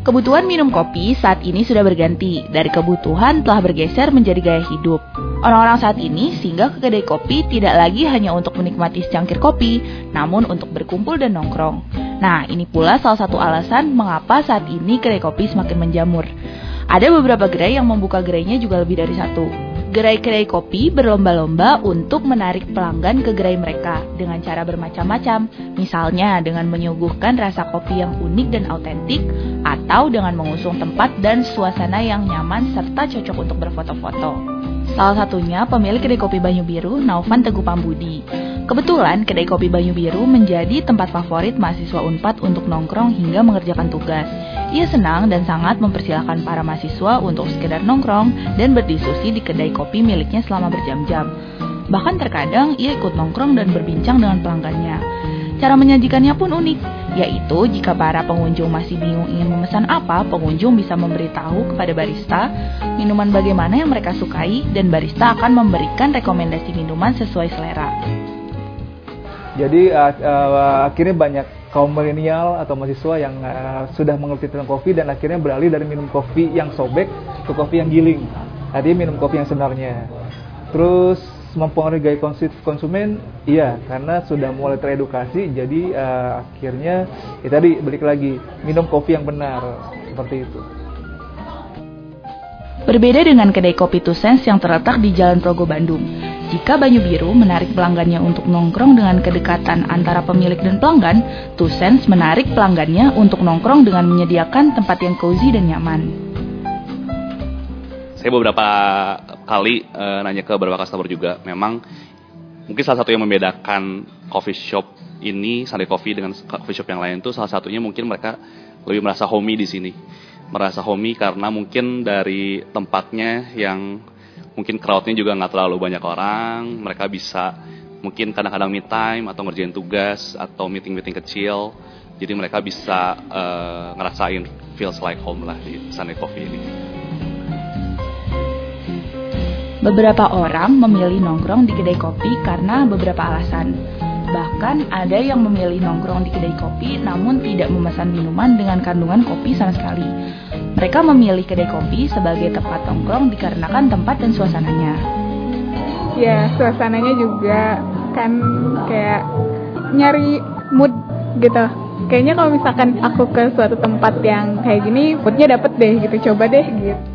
Kebutuhan minum kopi saat ini sudah berganti, dari kebutuhan telah bergeser menjadi gaya hidup. Orang-orang saat ini singgah ke kedai kopi tidak lagi hanya untuk menikmati secangkir kopi, namun untuk berkumpul dan nongkrong. Nah, ini pula salah satu alasan mengapa saat ini kedai kopi semakin menjamur. Ada beberapa gerai yang membuka gerainya juga lebih dari satu. Gerai-gerai kopi berlomba-lomba untuk menarik pelanggan ke gerai mereka dengan cara bermacam-macam. Misalnya dengan menyuguhkan rasa kopi yang unik dan autentik, atau dengan mengusung tempat dan suasana yang nyaman serta cocok untuk berfoto-foto. Salah satunya pemilik kedai kopi Banyu Biru, Naufan Teguh Pambudi. Kebetulan kedai kopi Banyu Biru menjadi tempat favorit mahasiswa Unpad untuk nongkrong hingga mengerjakan tugas. Ia senang dan sangat mempersilahkan para mahasiswa untuk sekedar nongkrong dan berdiskusi di kedai kopi miliknya selama berjam-jam. Bahkan terkadang ia ikut nongkrong dan berbincang dengan pelanggannya. Cara menyajikannya pun unik, yaitu jika para pengunjung masih bingung ingin memesan apa, pengunjung bisa memberitahu kepada barista minuman bagaimana yang mereka sukai dan barista akan memberikan rekomendasi minuman sesuai selera. Jadi akhirnya banyak kaum milenial atau mahasiswa yang sudah mengerti tentang kopi dan akhirnya beralih dari minum kopi yang sobek ke kopi yang giling. Tadi minum kopi yang sebenarnya. Terus mempengaruhi gaya konsumen, iya, karena sudah mulai teredukasi. Jadi akhirnya tadi balik lagi minum kopi yang benar seperti itu. Berbeda dengan kedai kopi Two Sense yang terletak di Jalan Progo, Bandung. Jika Banyu Biru menarik pelanggannya untuk nongkrong dengan kedekatan antara pemilik dan pelanggan, Two Sense menarik pelanggannya untuk nongkrong dengan menyediakan tempat yang cozy dan nyaman. Saya beberapa kali nanya ke beberapa customer juga, memang mungkin salah satu yang membedakan coffee shop ini, Sunday Coffee dengan coffee shop yang lain itu salah satunya mungkin mereka lebih merasa homey di sini. Merasa homey karena mungkin dari tempatnya yang mungkin crowd-nya juga nggak terlalu banyak orang, mereka bisa mungkin kadang-kadang me time atau ngerjain tugas atau meeting-meeting kecil, jadi mereka bisa ngerasain feels like home lah di Sunday Coffee ini. Beberapa orang memilih nongkrong di kedai kopi karena beberapa alasan. Bahkan ada yang memilih nongkrong di kedai kopi namun tidak memesan minuman dengan kandungan kopi sama sekali. Mereka memilih kedai kopi sebagai tempat nongkrong dikarenakan tempat dan suasananya. Ya, suasananya juga kan kayak nyari mood gitu. Kayaknya kalau misalkan aku ke suatu tempat yang kayak gini, moodnya dapet deh gitu, coba deh gitu.